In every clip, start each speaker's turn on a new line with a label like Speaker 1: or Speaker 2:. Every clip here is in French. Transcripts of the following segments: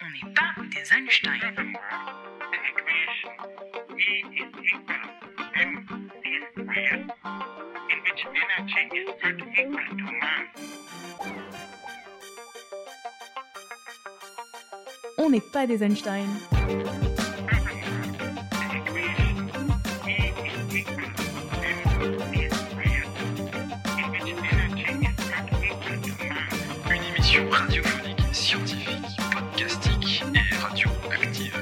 Speaker 1: On n'est pas des Einstein.
Speaker 2: On n'est pas des Einstein.
Speaker 3: Une émission radiophonique, scientifique, podcastique et radioactive.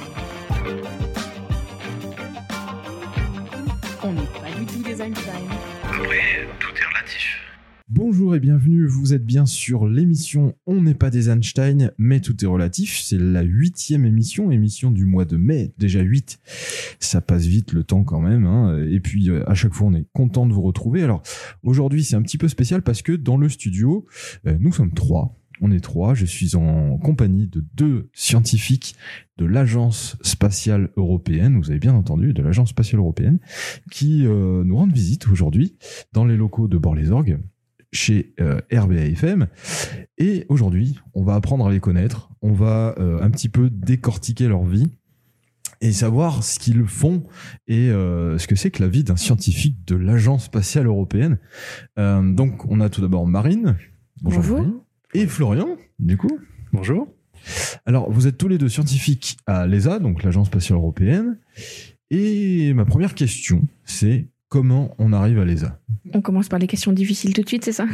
Speaker 2: On n'est pas du tout des Einstein.
Speaker 3: Après, tout est relatif.
Speaker 4: Bonjour et bienvenue, vous êtes bien sur l'émission On n'est pas des Einstein, mais tout est relatif. C'est la 8e émission du mois de mai. Déjà 8, ça passe vite le temps quand même, hein. Et puis à chaque fois on est content de vous retrouver. Alors aujourd'hui c'est un petit peu spécial parce que dans le studio, nous sommes 3. On est 3, je suis en compagnie de 2 scientifiques de l'Agence Spatiale Européenne, vous avez bien entendu, de l'Agence Spatiale Européenne, qui nous rendent visite aujourd'hui dans les locaux de Bort-les-Orgues, chez RBA-FM. Et aujourd'hui, on va apprendre à les connaître, on va un petit peu décortiquer leur vie et savoir ce qu'ils font et ce que c'est que la vie d'un scientifique de l'Agence Spatiale Européenne. Donc, on a tout d'abord Marine.
Speaker 2: Bonjour.
Speaker 4: Marine. Et Florian, du coup.
Speaker 5: Bonjour.
Speaker 4: Alors, vous êtes tous les deux scientifiques à l'ESA, donc l'Agence Spatiale Européenne. Et ma première question, c'est comment on arrive à l'ESA ?
Speaker 2: On commence par les questions difficiles tout de suite, c'est ça?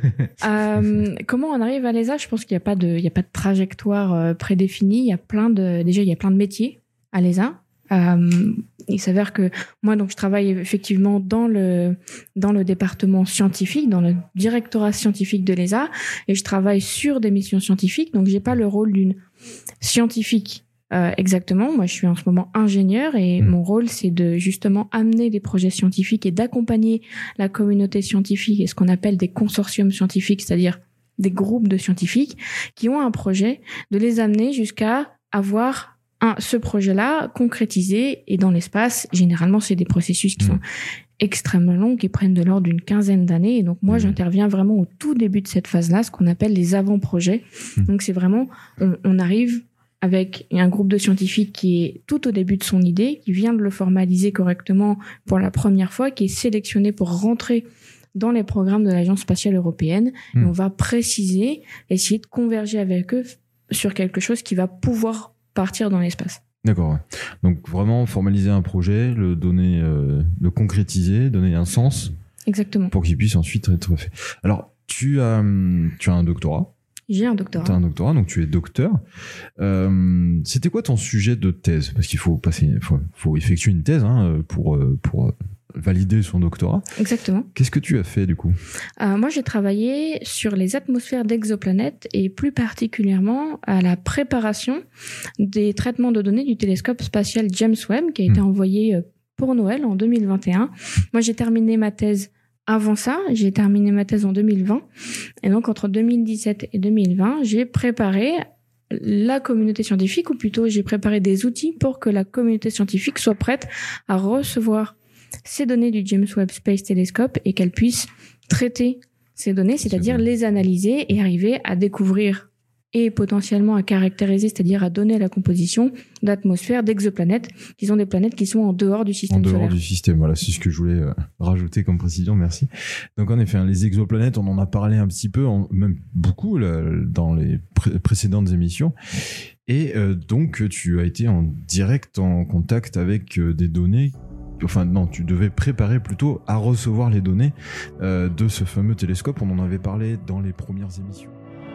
Speaker 2: Comment on arrive à l'ESA? Je pense qu'il n'y a pas de trajectoire prédéfinie. Il y a plein de métiers à l'ESA. Il s'avère que moi, donc, je travaille effectivement dans le département scientifique, dans le directorat scientifique de l'ESA, et je travaille sur des missions scientifiques. Donc, j'ai pas le rôle d'une scientifique exactement. Moi, je suis en ce moment ingénieur et mon rôle, c'est de justement amener des projets scientifiques et d'accompagner la communauté scientifique et ce qu'on appelle des consortiums scientifiques, c'est-à-dire des groupes de scientifiques qui ont un projet, de les amener jusqu'à avoir ce projet-là concrétisé. Et dans l'espace, généralement, c'est des processus qui sont extrêmement longs, qui prennent de l'ordre d'une quinzaine d'années. Et donc, moi, j'interviens vraiment au tout début de cette phase-là, ce qu'on appelle les avant-projets. Donc, c'est vraiment, on arrive avec un groupe de scientifiques qui est tout au début de son idée, qui vient de le formaliser correctement pour la première fois, qui est sélectionné pour rentrer dans les programmes de l'Agence Spatiale Européenne. Et on va préciser, essayer de converger avec eux sur quelque chose qui va pouvoir partir dans l'espace.
Speaker 4: D'accord. Ouais. Donc vraiment formaliser un projet, le donner, le concrétiser, donner un sens.
Speaker 2: Exactement.
Speaker 4: Pour qu'il puisse ensuite être fait. Alors tu as un doctorat.
Speaker 2: J'ai un doctorat.
Speaker 4: Tu as un doctorat, donc tu es docteur. C'était quoi ton sujet de thèse ? Parce qu'il faut effectuer une thèse pour valider son doctorat.
Speaker 2: Exactement.
Speaker 4: Qu'est-ce que tu as fait du coup ?
Speaker 2: Moi, j'ai travaillé sur les atmosphères d'exoplanètes et plus particulièrement à la préparation des traitements de données du télescope spatial James Webb qui a été envoyé pour Noël en 2021. Moi, j'ai terminé ma thèse avant ça. J'ai terminé ma thèse en 2020. Et donc, entre 2017 et 2020, j'ai préparé la communauté scientifique, ou plutôt j'ai préparé des outils pour que la communauté scientifique soit prête à recevoir ces données du James Webb Space Telescope et qu'elle puisse traiter ces données, c'est-à-dire les analyser et arriver à découvrir et potentiellement à caractériser, c'est-à-dire à donner la composition d'atmosphères d'exoplanètes, qui sont des planètes qui sont en dehors du système solaire. En dehors
Speaker 4: du système, voilà, c'est ce que je voulais rajouter comme précision, merci. Donc en effet, les exoplanètes, on en a parlé un petit peu, même beaucoup là, dans les précédentes émissions. Et donc tu as été en direct en contact avec des données. Enfin non, tu devais préparer plutôt à recevoir les données de ce fameux télescope. On en avait parlé dans les premières émissions.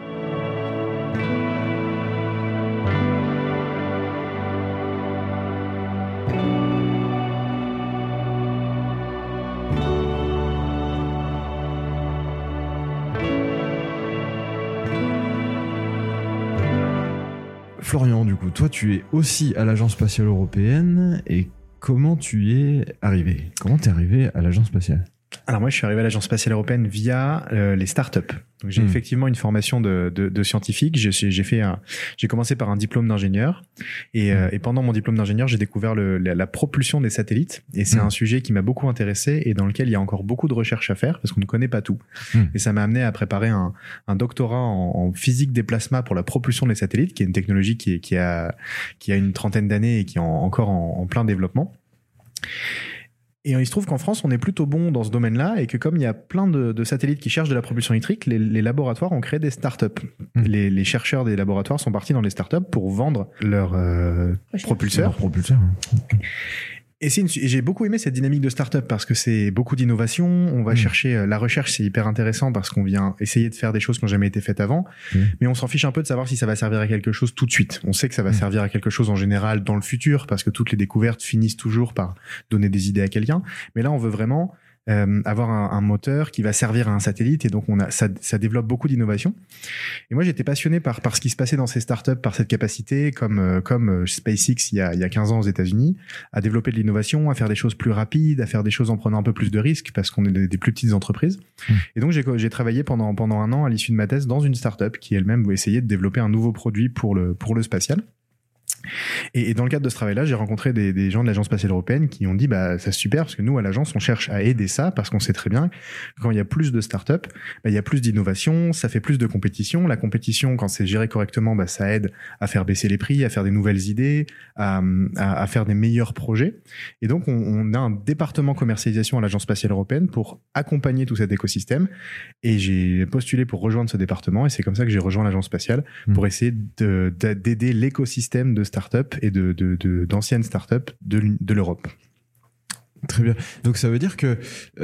Speaker 4: Florian, du coup, toi tu es aussi à l'Agence Spatiale Européenne et comment tu y es arrivé ? Comment t'es arrivé à l'Agence Spatiale ?
Speaker 1: Alors moi, je suis arrivé à l'Agence spatiale européenne via les startups. Donc j'ai effectivement une formation de scientifique. J'ai commencé par un diplôme d'ingénieur et pendant mon diplôme d'ingénieur, j'ai découvert la propulsion des satellites. Et c'est un sujet qui m'a beaucoup intéressé et dans lequel il y a encore beaucoup de recherches à faire parce qu'on ne connaît pas tout. Et ça m'a amené à préparer un doctorat en physique des plasmas pour la propulsion des satellites, qui est une technologie qui a une trentaine d'années et qui est encore en plein développement. Et il se trouve qu'en France, on est plutôt bon dans ce domaine-là et que comme il y a plein de satellites qui cherchent de la propulsion électrique, les laboratoires ont créé des startups. Les chercheurs des laboratoires sont partis dans les startups pour vendre leurs propulseurs. Et j'ai beaucoup aimé cette dynamique de start-up parce que c'est beaucoup d'innovation. On va chercher la recherche, c'est hyper intéressant parce qu'on vient essayer de faire des choses qui n'ont jamais été faites avant. Mais on s'en fiche un peu de savoir si ça va servir à quelque chose tout de suite. On sait que ça va servir à quelque chose en général dans le futur parce que toutes les découvertes finissent toujours par donner des idées à quelqu'un. Mais là, on veut vraiment avoir un moteur qui va servir à un satellite et donc ça développe beaucoup d'innovation. Et moi j'étais passionné par ce qui se passait dans ces startups, par cette capacité comme SpaceX il y a 15 ans aux États-Unis à développer de l'innovation, à faire des choses plus rapides, à faire des choses en prenant un peu plus de risques parce qu'on est des plus petites entreprises. Et donc j'ai travaillé pendant un an à l'issue de ma thèse dans une startup qui elle-même essayait de développer un nouveau produit pour le spatial. Et dans le cadre de ce travail-là, j'ai rencontré des gens de l'Agence spatiale européenne qui ont dit bah c'est super parce que nous à l'agence on cherche à aider ça parce qu'on sait très bien que quand il y a plus de startups, il y a plus d'innovation, ça fait plus de compétition. La compétition quand c'est géré correctement, ça aide à faire baisser les prix, à faire des nouvelles idées, à faire des meilleurs projets. Et donc on a un département commercialisation à l'Agence spatiale européenne pour accompagner tout cet écosystème. Et j'ai postulé pour rejoindre ce département et c'est comme ça que j'ai rejoint l'Agence spatiale pour essayer d'aider l'écosystème de startups et d'anciennes startups de l'Europe.
Speaker 4: Très bien. Donc ça veut dire que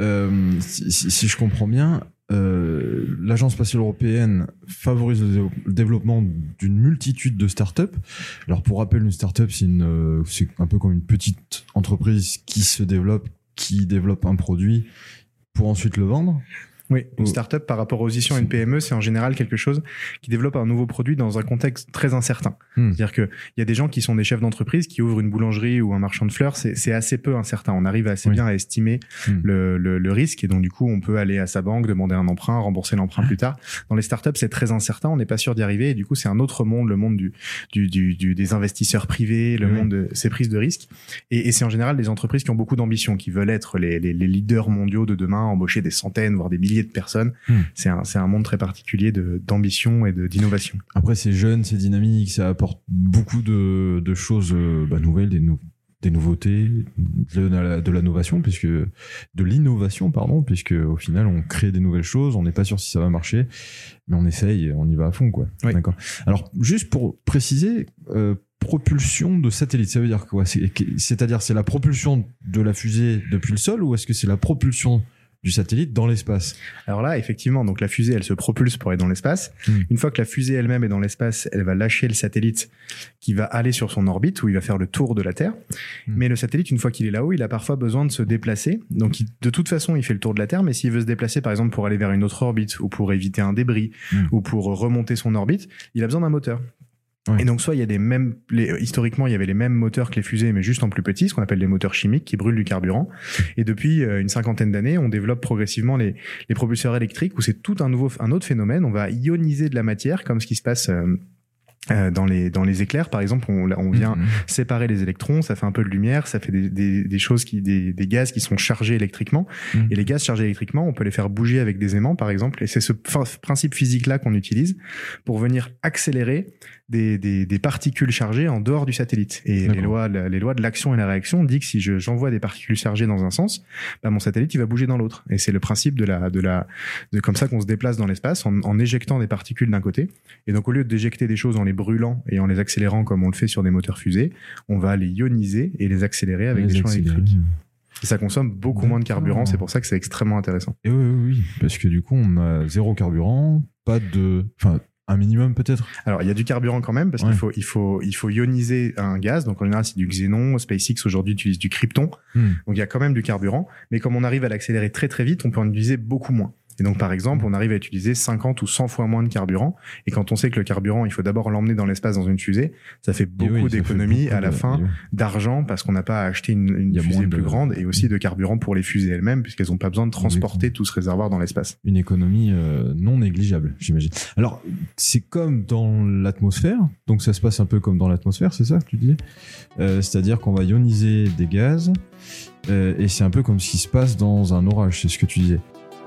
Speaker 4: si je comprends bien, l'Agence spatiale européenne favorise le développement d'une multitude de startups. Alors pour rappel, une startup c'est un peu comme une petite entreprise qui développe un produit pour ensuite le vendre.
Speaker 1: Oui, une start-up par rapport aux opposition à une PME, c'est en général quelque chose qui développe un nouveau produit dans un contexte très incertain. C'est-à-dire qu'il y a des gens qui sont des chefs d'entreprise qui ouvrent une boulangerie ou un marchand de fleurs, c'est assez peu incertain. On arrive assez bien à estimer le risque et donc du coup on peut aller à sa banque, demander un emprunt, rembourser l'emprunt plus tard. Dans les startups, c'est très incertain, on n'est pas sûr d'y arriver et du coup c'est un autre monde, le monde des investisseurs privés, le monde de ces prises de risques. Et c'est en général des entreprises qui ont beaucoup d'ambition, qui veulent être les leaders mondiaux de demain, embaucher des centaines voire des milliers de personnes. C'est un monde très particulier d'ambition et d'innovation.
Speaker 4: Après, c'est jeune, c'est dynamique, ça apporte beaucoup de choses nouvelles, des nouveautés, de l'innovation, puisque au final, on crée des nouvelles choses, on n'est pas sûr si ça va marcher, mais on essaye, on y va à fond, quoi.
Speaker 1: Oui.
Speaker 4: D'accord. Alors, juste pour préciser, propulsion de satellite, ça veut dire quoi? C'est-à-dire, c'est la propulsion de la fusée depuis le sol, ou est-ce que c'est la propulsion du satellite dans l'espace?
Speaker 1: Alors là, effectivement, donc la fusée, elle se propulse pour aller dans l'espace. Une fois que la fusée elle-même est dans l'espace, elle va lâcher le satellite qui va aller sur son orbite où il va faire le tour de la Terre. Mais le satellite, une fois qu'il est là-haut, il a parfois besoin de se déplacer. Donc, de toute façon, il fait le tour de la Terre, mais s'il veut se déplacer, par exemple, pour aller vers une autre orbite ou pour éviter un débris ou pour remonter son orbite, il a besoin d'un moteur. Et donc soit il y a historiquement il y avait les mêmes moteurs que les fusées mais juste en plus petit, ce qu'on appelle des moteurs chimiques qui brûlent du carburant. Et depuis une cinquantaine d'années, on développe progressivement les propulseurs électriques où c'est tout un autre phénomène. On va ioniser de la matière comme ce qui se passe dans les éclairs par exemple, on vient séparer les électrons, ça fait un peu de lumière, ça fait des choses des gaz qui sont chargés électriquement et les gaz chargés électriquement, on peut les faire bouger avec des aimants par exemple, et c'est ce principe physique là qu'on utilise pour venir accélérer des particules chargées en dehors du satellite. Et les lois de l'action et la réaction disent que si j'envoie des particules chargées dans un sens, mon satellite il va bouger dans l'autre. Et c'est le principe de comme ça qu'on se déplace dans l'espace en éjectant des particules d'un côté. Et donc au lieu d'éjecter des choses en les brûlant et en les accélérant comme on le fait sur des moteurs fusées, on va les ioniser et les accélérer avec des champs électriques. Et ça consomme beaucoup moins de carburant, c'est pour ça que c'est extrêmement intéressant.
Speaker 4: Et oui, parce que du coup on a zéro carburant, un minimum peut-être.
Speaker 1: Alors il y a du carburant quand même parce qu'il faut ioniser un gaz, donc en général c'est du xénon. SpaceX aujourd'hui utilise du krypton, donc il y a quand même du carburant, mais comme on arrive à l'accélérer très très vite, on peut en utiliser beaucoup moins. Et donc, par exemple, on arrive à utiliser 50 ou 100 fois moins de carburant. Et quand on sait que le carburant, il faut d'abord l'emmener dans l'espace dans une fusée, ça fait beaucoup d'économies à la fin d'argent parce qu'on n'a pas à acheter une fusée plus grande et aussi de carburant pour les fusées elles-mêmes puisqu'elles n'ont pas besoin de transporter tout ce réservoir dans l'espace.
Speaker 4: Une économie non négligeable, j'imagine. Alors, c'est comme dans l'atmosphère. Donc, ça se passe un peu comme dans l'atmosphère, c'est ça que tu disais c'est-à-dire qu'on va ioniser des gaz et c'est un peu comme ce qui se passe dans un orage, c'est ce que tu disais.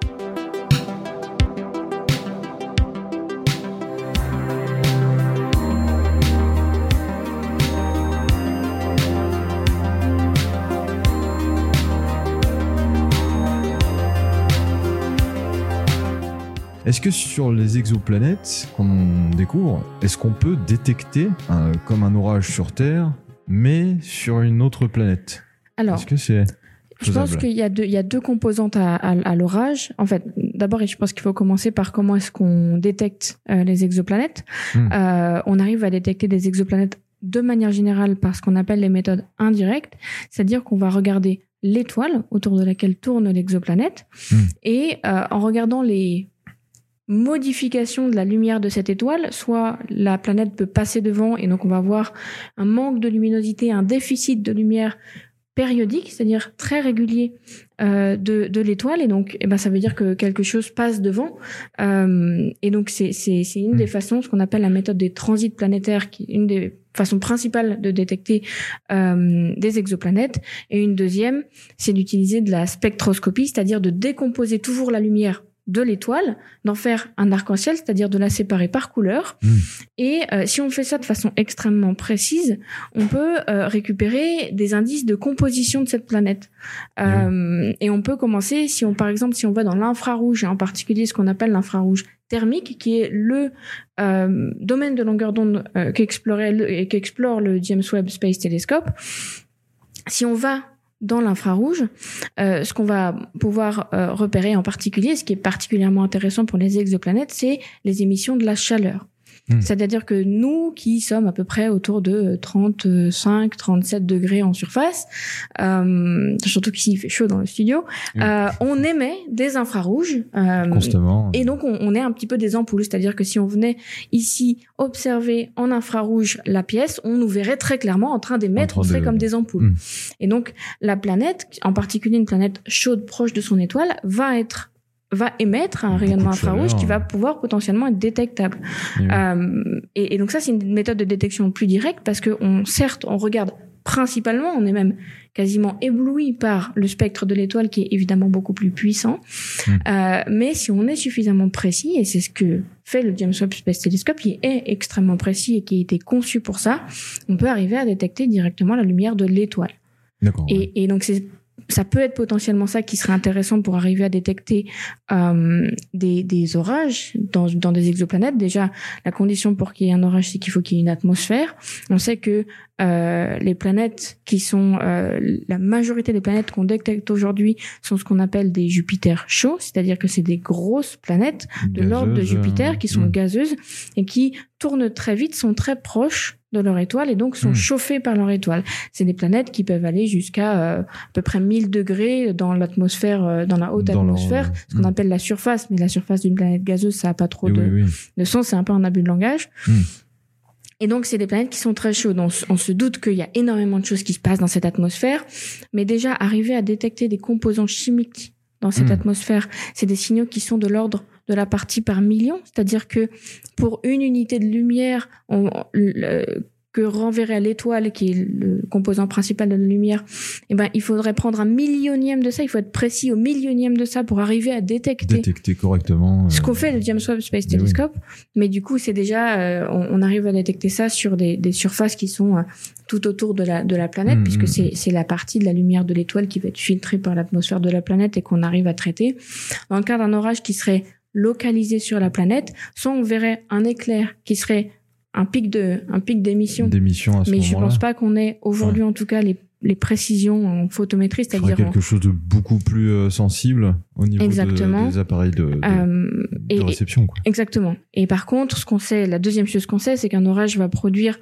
Speaker 4: Est-ce que sur les exoplanètes qu'on découvre, est-ce qu'on peut détecter comme un orage sur Terre, mais sur une autre planète? Alors, est-ce que c'est
Speaker 2: je pense qu'il y a deux composantes à l'orage. En fait, d'abord, je pense qu'il faut commencer par comment est-ce qu'on détecte les exoplanètes. On arrive à détecter des exoplanètes de manière générale par ce qu'on appelle les méthodes indirectes, c'est-à-dire qu'on va regarder l'étoile autour de laquelle tourne l'exoplanète et en regardant les modification de la lumière de cette étoile, soit la planète peut passer devant et donc on va avoir un manque de luminosité, un déficit de lumière périodique, c'est-à-dire très régulier de l'étoile et donc ça veut dire que quelque chose passe devant et donc c'est une des façons, ce qu'on appelle la méthode des transits planétaires, qui est une des façons principales de détecter des exoplanètes. Et une deuxième, c'est d'utiliser de la spectroscopie, c'est-à-dire de décomposer toujours la lumière de l'étoile, d'en faire un arc-en-ciel, c'est-à-dire de la séparer par couleur. Et si on fait ça de façon extrêmement précise, on peut récupérer des indices de composition de cette planète. Et on peut commencer, par exemple, si on va dans l'infrarouge, et en particulier ce qu'on appelle l'infrarouge thermique, qui est le domaine de longueur d'onde qu'explore le James Webb Space Telescope. Si on va dans l'infrarouge, ce qu'on va pouvoir repérer en particulier, ce qui est particulièrement intéressant pour les exoplanètes, c'est les émissions de la chaleur. C'est-à-dire que nous, qui sommes à peu près autour de 35-37 degrés en surface, surtout qu'ici il fait chaud dans le studio, on émet des infrarouges
Speaker 4: constamment.
Speaker 2: Et donc on est un petit peu des ampoules. C'est-à-dire que si on venait ici observer en infrarouge la pièce, on nous verrait très clairement en train d'émettre, on serait comme des ampoules. Et donc la planète, en particulier une planète chaude proche de son étoile, va émettre un rayonnement infrarouge qui va pouvoir potentiellement être détectable. Et donc ça, c'est une méthode de détection plus directe parce que certes, on regarde principalement, on est même quasiment ébloui par le spectre de l'étoile qui est évidemment beaucoup plus puissant. Mais si on est suffisamment précis, et c'est ce que fait le James Webb Space Telescope, qui est extrêmement précis et qui a été conçu pour ça, on peut arriver à détecter directement la lumière de l'étoile.
Speaker 4: D'accord.
Speaker 2: Et donc ça peut être potentiellement ça qui serait intéressant pour arriver à détecter des orages dans des exoplanètes. Déjà, la condition pour qu'il y ait un orage, c'est qu'il faut qu'il y ait une atmosphère. On sait que les planètes qui sont la majorité des planètes qu'on détecte aujourd'hui sont ce qu'on appelle des Jupiters chauds, c'est-à-dire que c'est des grosses planètes de l'ordre de Jupiter qui sont gazeuses et qui tournent très vite, sont très proches de leur étoile et donc sont chauffées par leur étoile. C'est des planètes qui peuvent aller jusqu'à à peu près 1000 degrés dans l'atmosphère, dans la haute atmosphère, ce qu'on appelle la surface. Mais la surface d'une planète gazeuse, ça a pas trop de sens, c'est un peu un abus de langage. Et donc, c'est des planètes qui sont très chaudes. On se doute qu'il y a énormément de choses qui se passent dans cette atmosphère, mais déjà, arriver à détecter des composants chimiques dans cette atmosphère, c'est des signaux qui sont de l'ordre de la partie par million, c'est-à-dire que pour une unité de lumière que renverrait l'étoile, qui est le composant principal de la lumière, il faudrait prendre un millionième de ça, il faut être précis au millionième de ça pour arriver à détecter
Speaker 4: correctement
Speaker 2: ce qu'on fait le James Webb Space Telescope. Mais du coup, c'est déjà, on arrive à détecter ça sur des surfaces qui sont tout autour de la planète, puisque c'est la partie de la lumière de l'étoile qui va être filtrée par l'atmosphère de la planète et qu'on arrive à traiter. Dans le cas d'un orage qui serait localisé sur la planète, soit on verrait un éclair qui serait un pic d'émission.
Speaker 4: À ce
Speaker 2: mais je
Speaker 4: moment-là.
Speaker 2: pense pas qu'on ait aujourd'hui en tout cas les précisions en photométrie,
Speaker 4: Il faudrait
Speaker 2: c'est-à-dire
Speaker 4: quelque chose de beaucoup plus sensible au niveau
Speaker 2: Exactement.
Speaker 4: des appareils de réception, quoi.
Speaker 2: Exactement. Et par contre, la deuxième chose qu'on sait, c'est qu'un orage va produire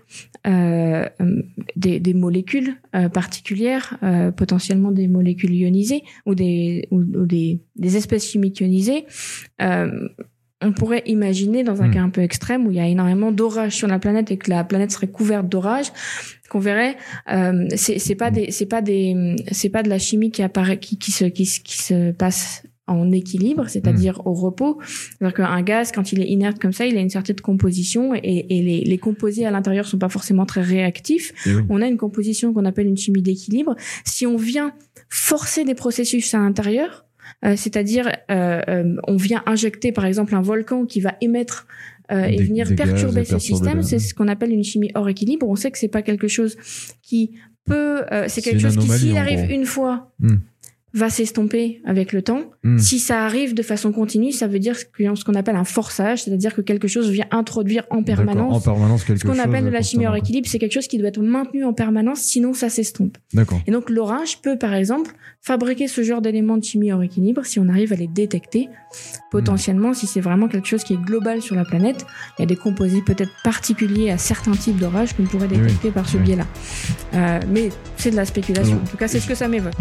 Speaker 2: des molécules particulières, potentiellement des molécules ionisées ou des espèces chimiques ionisées. On pourrait imaginer, dans un cas un peu extrême, où il y a énormément d'orages sur la planète et que la planète serait couverte d'orages, qu'on verrait, c'est pas de la chimie qui apparaît, qui se passe en équilibre, c'est-à-dire au repos. C'est-à-dire qu'un gaz, quand il est inerte comme ça, il a une certaine composition et les composés à l'intérieur sont pas forcément très réactifs. On a une composition qu'on appelle une chimie d'équilibre. Si on vient forcer des processus à l'intérieur, c'est-à-dire on vient injecter par exemple un volcan qui va émettre et venir perturber ce système, c'est ce qu'on appelle une chimie hors équilibre. On sait que c'est pas quelque chose qui peut, c'est quelque chose qui, s'il arrive une fois, va s'estomper avec le temps. Si ça arrive de façon continue, ça veut dire ce qu'on appelle un forçage, c'est-à-dire que quelque chose vient introduire en permanence ce qu'on appelle de la chimie hors équilibre. C'est quelque chose qui doit être maintenu en permanence, sinon ça s'estompe.
Speaker 4: D'accord.
Speaker 2: Et donc l'orage peut par exemple fabriquer ce genre d'éléments de chimie hors équilibre si on arrive à les détecter. Potentiellement, si c'est vraiment quelque chose qui est global sur la planète, il y a des composés peut-être particuliers à certains types d'orages qu'on pourrait détecter par ce biais-là. Mais c'est de la spéculation. En tout cas, c'est ce que ça m'évoque.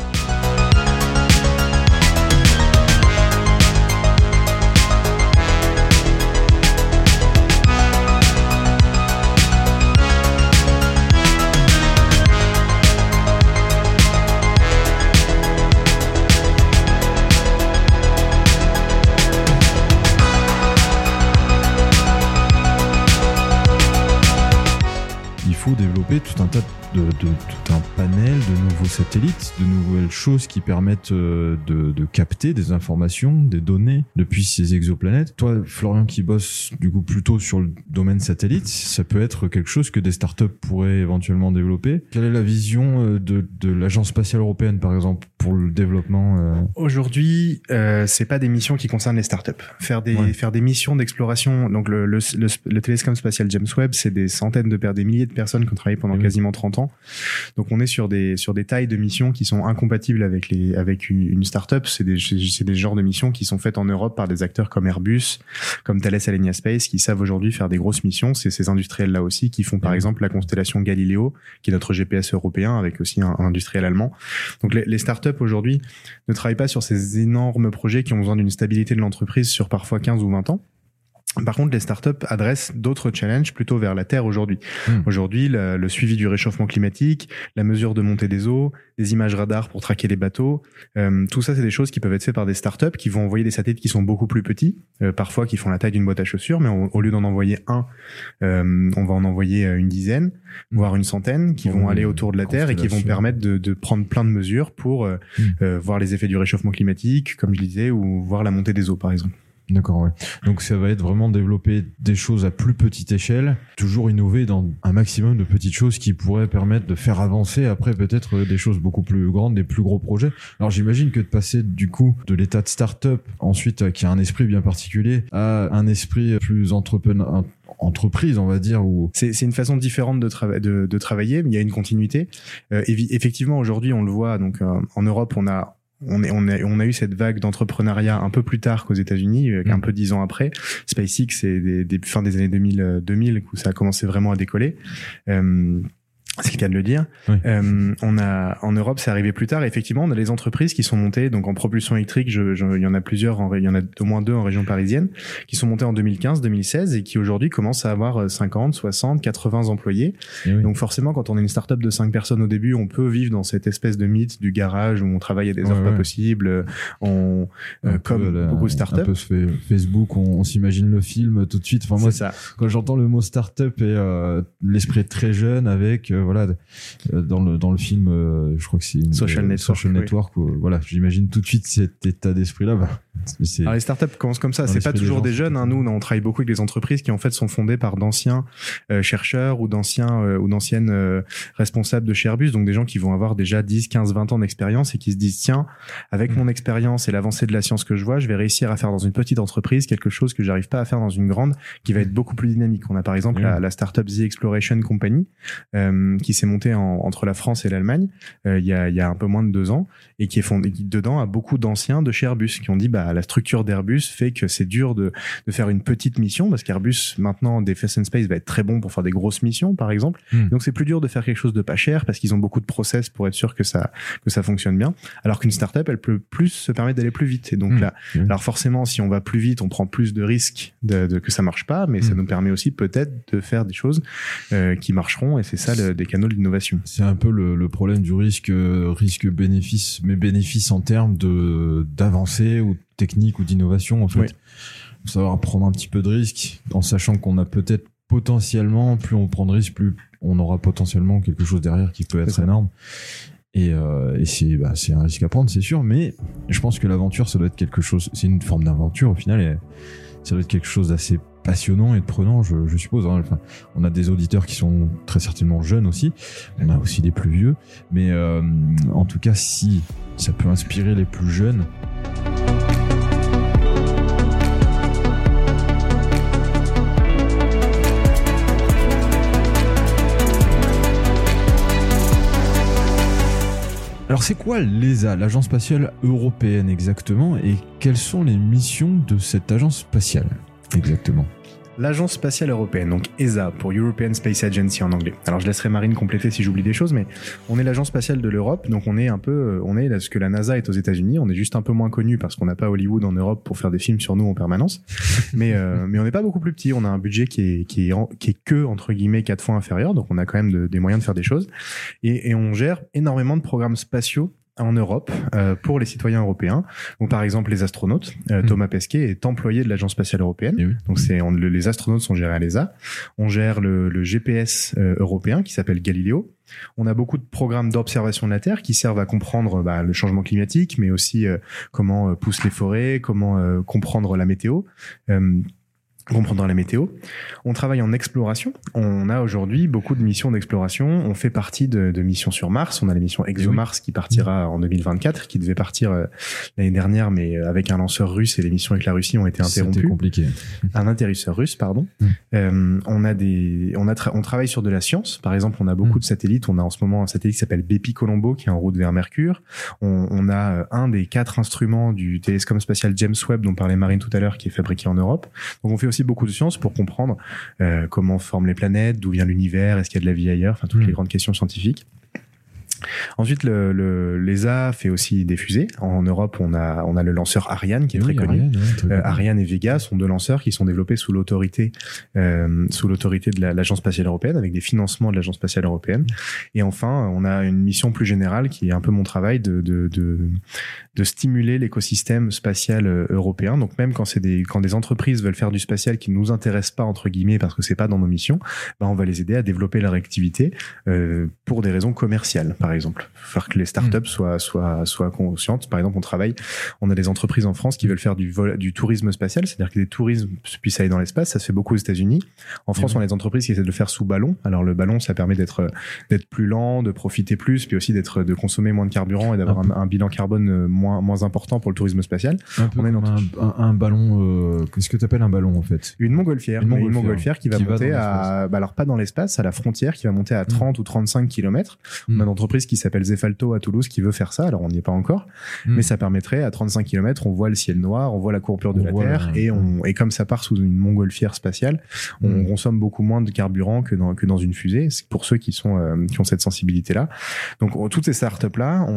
Speaker 4: Développer tout un tas tout un panel de nouveaux satellites, de nouvelles choses qui permettent de capter des informations, des données depuis ces exoplanètes. Toi, Florian, qui bosse du coup plutôt sur le domaine satellite, ça peut être quelque chose que des startups pourraient éventuellement développer. Quelle est la vision de l'Agence spatiale européenne, par exemple, pour le développement
Speaker 1: Aujourd'hui, c'est pas des missions qui concernent les startups. Faire des missions d'exploration, donc le télescope spatial James Webb, c'est des centaines des milliers de personnes qui ont travaillé pendant quasiment 30 ans. Donc on est sur des tailles de missions qui sont incompatibles avec une startup. C'est des genres de missions qui sont faites en Europe par des acteurs comme Airbus, comme Thales Alenia Space, qui savent aujourd'hui faire des grosses missions. C'est ces industriels-là aussi qui font par exemple la constellation Galileo, qui est notre GPS européen, avec aussi un industriel allemand. Donc les startups aujourd'hui ne travaillent pas sur ces énormes projets qui ont besoin d'une stabilité de l'entreprise sur parfois 15 ou 20 ans. Par contre, les startups adressent d'autres challenges plutôt vers la Terre aujourd'hui. Aujourd'hui, le suivi du réchauffement climatique, la mesure de montée des eaux, des images radars pour traquer les bateaux, tout ça, c'est des choses qui peuvent être faites par des startups qui vont envoyer des satellites qui sont beaucoup plus petits, parfois qui font la taille d'une boîte à chaussures, mais au lieu d'en envoyer un, on va en envoyer une dizaine, voire une centaine, qui vont aller autour de la Terre et qui vont permettre de prendre plein de mesures pour voir les effets du réchauffement climatique, comme je disais, ou voir la montée des eaux, par exemple.
Speaker 4: D'accord, ouais. Donc ça va être vraiment développer des choses à plus petite échelle, toujours innover dans un maximum de petites choses qui pourraient permettre de faire avancer après peut-être des choses beaucoup plus grandes, des plus gros projets. Alors j'imagine que de passer du coup de l'état de start-up, ensuite qui a un esprit bien particulier, à un esprit plus entreprise, on va dire, ou
Speaker 1: c'est une façon différente de travailler, mais il y a une continuité. Effectivement, aujourd'hui, on le voit. Donc en Europe, on a eu cette vague d'entrepreneuriat un peu plus tard qu'aux États-Unis, un peu 10 ans après. SpaceX, c'est fin des années 2000 où ça a commencé vraiment à décoller. C'est le cas de le dire.
Speaker 4: Oui.
Speaker 1: En Europe, c'est arrivé plus tard. Et effectivement, on a des entreprises qui sont montées, donc en propulsion électrique, il y en a plusieurs, il y en a au moins 2 en région parisienne, qui sont montées en 2015, 2016 et qui aujourd'hui commencent à avoir 50, 60, 80 employés.
Speaker 4: Oui.
Speaker 1: Donc forcément, quand on est une start-up de 5 personnes au début, on peut vivre dans cette espèce de mythe du garage où on travaille à des heures pas possibles, comme beaucoup de start-up.
Speaker 4: Un peu Facebook, on s'imagine le film tout de suite. Enfin, moi,
Speaker 1: ça.
Speaker 4: Quand j'entends le mot start-up et l'esprit très jeune avec voilà, dans le film, je crois que c'est
Speaker 1: Social
Speaker 4: Network, voilà, j'imagine tout de suite cet état d'esprit-là.
Speaker 1: Alors les startups commencent comme ça, c'est pas toujours des jeunes. Nous, on travaille beaucoup avec des entreprises qui en fait sont fondées par d'anciens chercheurs ou d'anciennes responsables de chez Airbus, donc des gens qui vont avoir déjà 10, 15, 20 ans d'expérience et qui se disent tiens, avec mon expérience et l'avancée de la science que je vois, je vais réussir à faire dans une petite entreprise quelque chose que j'arrive pas à faire dans une grande, qui va être beaucoup plus dynamique. On a par exemple la startup The Exploration Company, s'est monté entre la France et l'Allemagne il y a un peu moins de 2 ans et qui dedans a beaucoup d'anciens de chez Airbus qui ont dit la structure d'Airbus fait que c'est dur de faire une petite mission parce qu'Airbus maintenant Defense and Space va être très bon pour faire des grosses missions par exemple. Donc c'est plus dur de faire quelque chose de pas cher parce qu'ils ont beaucoup de process pour être sûr que ça fonctionne bien, alors qu'une startup elle peut plus se permettre d'aller plus vite. Et donc là, alors forcément si on va plus vite on prend plus de risques de que ça marche pas, mais ça nous permet aussi peut-être de faire des choses qui marcheront, et c'est ça des canaux de l'innovation.
Speaker 4: C'est un peu le problème du risque-bénéfice, mais bénéfice en termes d'avancée ou de technique ou d'innovation en fait. Oui. Faut savoir prendre un petit peu de risque en sachant qu'on a peut-être potentiellement, plus on prend de risque, plus on aura potentiellement quelque chose derrière qui peut être énorme. Et c'est un risque à prendre, c'est sûr, mais je pense que l'aventure, ça doit être quelque chose, c'est une forme d'aventure au final, et ça doit être quelque chose d'assez passionnant et de prenant, je suppose. Hein. Enfin, on a des auditeurs qui sont très certainement jeunes aussi, on a aussi des plus vieux, mais en tout cas, si ça peut inspirer les plus jeunes. Alors c'est quoi l'ESA, l'Agence spatiale européenne exactement, et quelles sont les missions de cette agence spatiale exactement ?
Speaker 1: L'Agence spatiale européenne, donc ESA pour European Space Agency en anglais. Alors je laisserai Marine compléter si j'oublie des choses, mais on est l'Agence spatiale de l'Europe, donc on est ce que la NASA est aux États-Unis. On est juste un peu moins connu parce qu'on n'a pas Hollywood en Europe pour faire des films sur nous en permanence, mais on n'est pas beaucoup plus petit. On a un budget qui est que entre guillemets 4 fois inférieur, donc on a quand même des moyens de faire des choses, et on gère énormément de programmes spatiaux en Europe pour les citoyens européens. Donc par exemple les astronautes, Thomas Pesquet est employé de l'Agence spatiale européenne. Oui. Donc les astronautes sont gérés à l'ESA. On gère le GPS européen qui s'appelle Galileo. On a beaucoup de programmes d'observation de la Terre qui servent à comprendre le changement climatique, mais aussi comment poussent les forêts, comment comprendre la météo. On travaille en exploration. On a aujourd'hui beaucoup de missions d'exploration. On fait partie de missions sur Mars. On a la mission ExoMars qui partira en 2024, qui devait partir l'année dernière, mais avec un lanceur russe, et les missions avec la Russie ont été interrompues.
Speaker 4: C'était compliqué.
Speaker 1: Un atterrisseur russe, pardon. On travaille sur de la science. Par exemple, on a beaucoup de satellites. On a en ce moment un satellite qui s'appelle Bepi Colombo, qui est en route vers Mercure. On a un des 4 instruments du télescope spatial James Webb, dont parlait Marine tout à l'heure, qui est fabriqué en Europe. Donc on fait aussi beaucoup de sciences pour comprendre comment forment les planètes, d'où vient l'univers, est-ce qu'il y a de la vie ailleurs, enfin toutes les grandes questions scientifiques. Ensuite, l'ESA fait aussi des fusées. En Europe, on a le lanceur Ariane qui est très connu. Ariane et Vega sont 2 lanceurs qui sont développés sous l'autorité de l'Agence spatiale européenne, avec des financements de l'Agence spatiale européenne. Et enfin, on a une mission plus générale qui est un peu mon travail de stimuler l'écosystème spatial européen. Donc même quand des entreprises veulent faire du spatial qui ne nous intéresse pas entre guillemets parce que c'est pas dans nos missions, on va les aider à développer leur activité pour des raisons commerciales. Par exemple, faire que les startups soient conscientes. Par exemple, on a des entreprises en France qui veulent faire du tourisme spatial, c'est-à-dire que des tourismes puissent aller dans l'espace. Ça se fait beaucoup aux États-Unis. En France, on a des entreprises qui essaient de le faire sous ballon. Alors le ballon, ça permet d'être plus lent, de profiter plus, puis aussi de consommer moins de carburant et d'avoir un bilan carbone moins important pour le tourisme spatial.
Speaker 4: Un ballon. Qu'est-ce que tu appelles un ballon en fait ?
Speaker 1: Une montgolfière. Une montgolfière qui va monter alors pas dans l'espace, à la frontière, qui va monter à 30 ou 35 km. On a une entreprise qui s'appelle Zefalto à Toulouse qui veut faire ça. Alors on n'y est pas encore, mais ça permettrait à 35 km, on voit le ciel noir, on voit la courbure de la Terre, et comme ça part sous une montgolfière spatiale, on consomme beaucoup moins de carburant que dans une fusée. C'est pour ceux qui ont cette sensibilité-là. Donc toutes ces startups-là,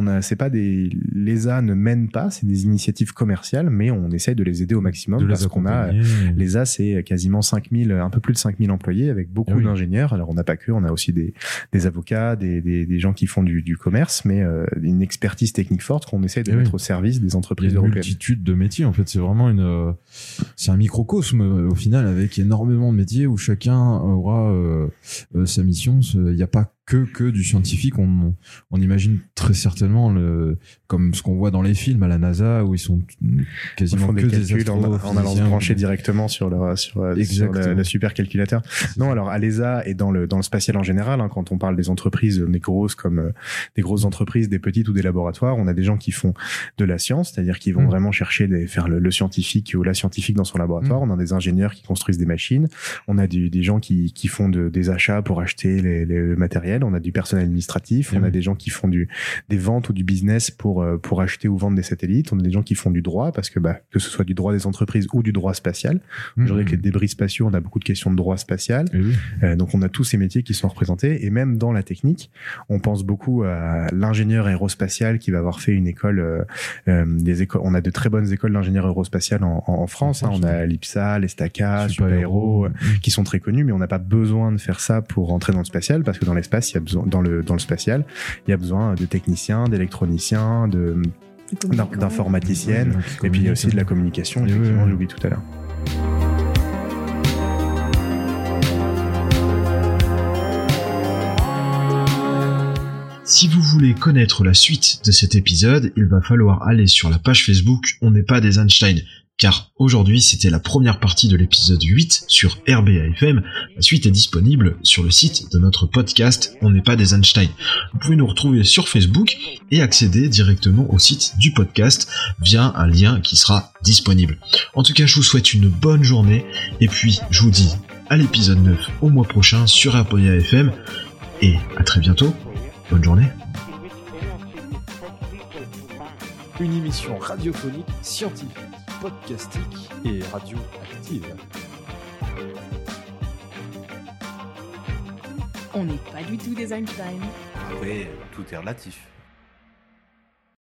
Speaker 1: l'ESA ne mène pas, c'est des initiatives commerciales, mais on essaye de les aider au maximum parce qu'on a l'ESA, c'est quasiment 5000, un peu plus de 5000 employés avec beaucoup d'ingénieurs. Alors on n'a pas que, on a aussi des avocats, des gens qui font du commerce, mais une expertise technique forte qu'on essaie de mettre au service des entreprises européennes.
Speaker 4: Il y a une multitude de métiers, en fait, c'est vraiment c'est un microcosme au final, avec énormément de métiers où chacun aura sa mission. Il n'y a pas que du scientifique. On imagine très certainement comme ce qu'on voit dans les films à la NASA où ils sont quasiment
Speaker 1: que des astrophysiciens en allant se brancher directement sur le supercalculateur. Non, alors à l'ESA et dans le spatial en général, quand on parle des entreprises, des grosses comme des grosses entreprises, des petites ou des laboratoires, on a des gens qui font de la science, c'est-à-dire qu'ils vont vraiment chercher faire le scientifique ou la scientifique dans son laboratoire. On a des ingénieurs qui construisent des machines. On a des gens qui font des achats pour acheter le matériel. personnel, on a du personnel administratif, on a des gens qui font des ventes ou du business pour acheter ou vendre des satellites, on a des gens qui font du droit, parce que que ce soit du droit des entreprises ou du droit spatial. Aujourd'hui, avec les débris spatiaux, on a beaucoup de questions de droit spatial. Donc on a tous ces métiers qui sont représentés, et même dans la technique, on pense beaucoup à l'ingénieur aérospatial qui va avoir fait une école, on a de très bonnes écoles d'ingénieurs aérospatial en France, on a l'IPSA, l'ESTACA, Super-Aéro, qui sont très connus, mais on n'a pas besoin de faire ça pour rentrer dans le spatial, parce que dans l'espace, il y a besoin, dans le spatial, il y a besoin de techniciens, d'électroniciens, d'informaticiennes, et puis il y a aussi de la communication, effectivement, j'ai oublié tout à l'heure.
Speaker 5: Si vous voulez connaître la suite de cet épisode, il va falloir aller sur la page Facebook On n'est pas des Einstein, car aujourd'hui c'était la première partie de l'épisode 8 sur RBA-FM. La suite est disponible sur le site de notre podcast On n'est pas des Einstein. Vous pouvez nous retrouver sur Facebook et accéder directement au site du podcast via un lien qui sera disponible. En tout cas, je vous souhaite une bonne journée, et puis je vous dis à l'épisode 9 au mois prochain sur RBA-FM, et à très bientôt. Bonne journée.
Speaker 4: Une émission radiophonique, scientifique, podcastique et radioactive.
Speaker 2: On n'est pas du tout des Einstein.
Speaker 6: Après, tout est relatif.